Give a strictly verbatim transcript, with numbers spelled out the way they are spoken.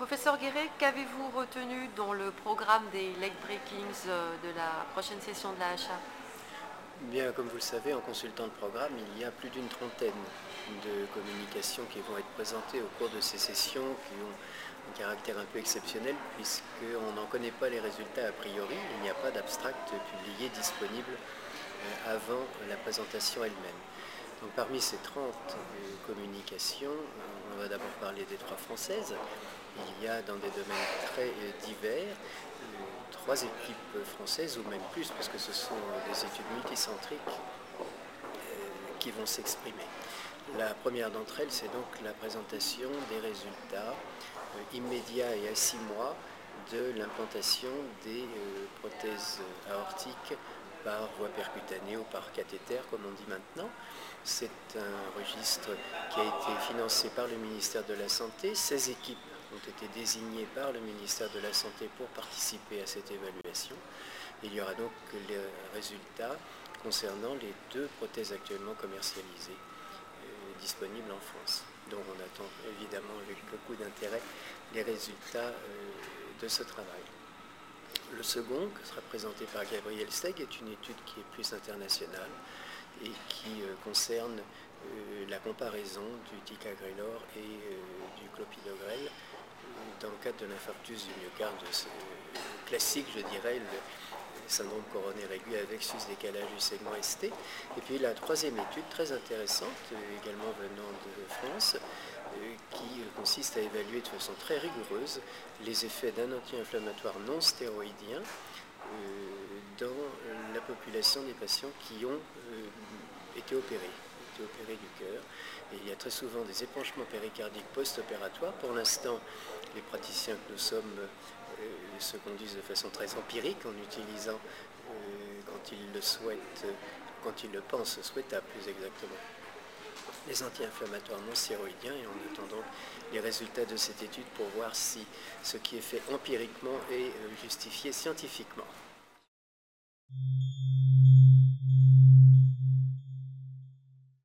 Professeur Guéret, qu'avez-vous retenu dans le programme des late breakings de la prochaine session de l'A H A? Bien, comme vous le savez, en consultant le programme, il y a plus d'une trentaine de communications qui vont être présentées au cours de ces sessions qui ont un caractère un peu exceptionnel puisqu'on n'en connaît pas les résultats a priori. Il n'y a pas d'abstract publié disponible avant la présentation elle-même. Donc, parmi ces trente communications, on va d'abord parler des trois françaises. Il y a dans des domaines très divers trois équipes françaises, ou même plus, parce que ce sont des études multicentriques qui vont s'exprimer. La première d'entre elles, c'est donc la présentation des résultats immédiats et à six mois de l'implantation des prothèses aortiques par voie percutanée ou par cathéter, comme on dit maintenant. C'est un registre qui a été financé par le ministère de la Santé. seize équipes ont été désignées par le ministère de la Santé pour participer à cette évaluation. Il y aura donc les résultats concernant les deux prothèses actuellement commercialisées euh, disponibles en France. Donc on attend évidemment avec beaucoup d'intérêt les résultats euh, de ce travail. Le second, qui sera présenté par Gabriel Steg, est une étude qui est plus internationale et qui euh, concerne euh, la comparaison du ticagrelor et euh, du clopidogrel dans le cadre de l'infarctus du myocarde classique, je dirais, le syndrome coronaire aigu avec sus-décalage du segment S T. Et puis la troisième étude, très intéressante, également venant de France, qui consiste à évaluer de façon très rigoureuse les effets d'un anti-inflammatoire non stéroïdien dans la population des patients qui ont été opérés. opérés du cœur. Et il y a très souvent des épanchements péricardiques post-opératoires. Pour l'instant, les praticiens que nous sommes euh, se conduisent de façon très empirique en utilisant, euh, quand ils le souhaitent, quand ils le pensent souhaitable plus exactement, les anti-inflammatoires non stéroïdiens, et on attend donc les résultats de cette étude pour voir si ce qui est fait empiriquement est justifié scientifiquement.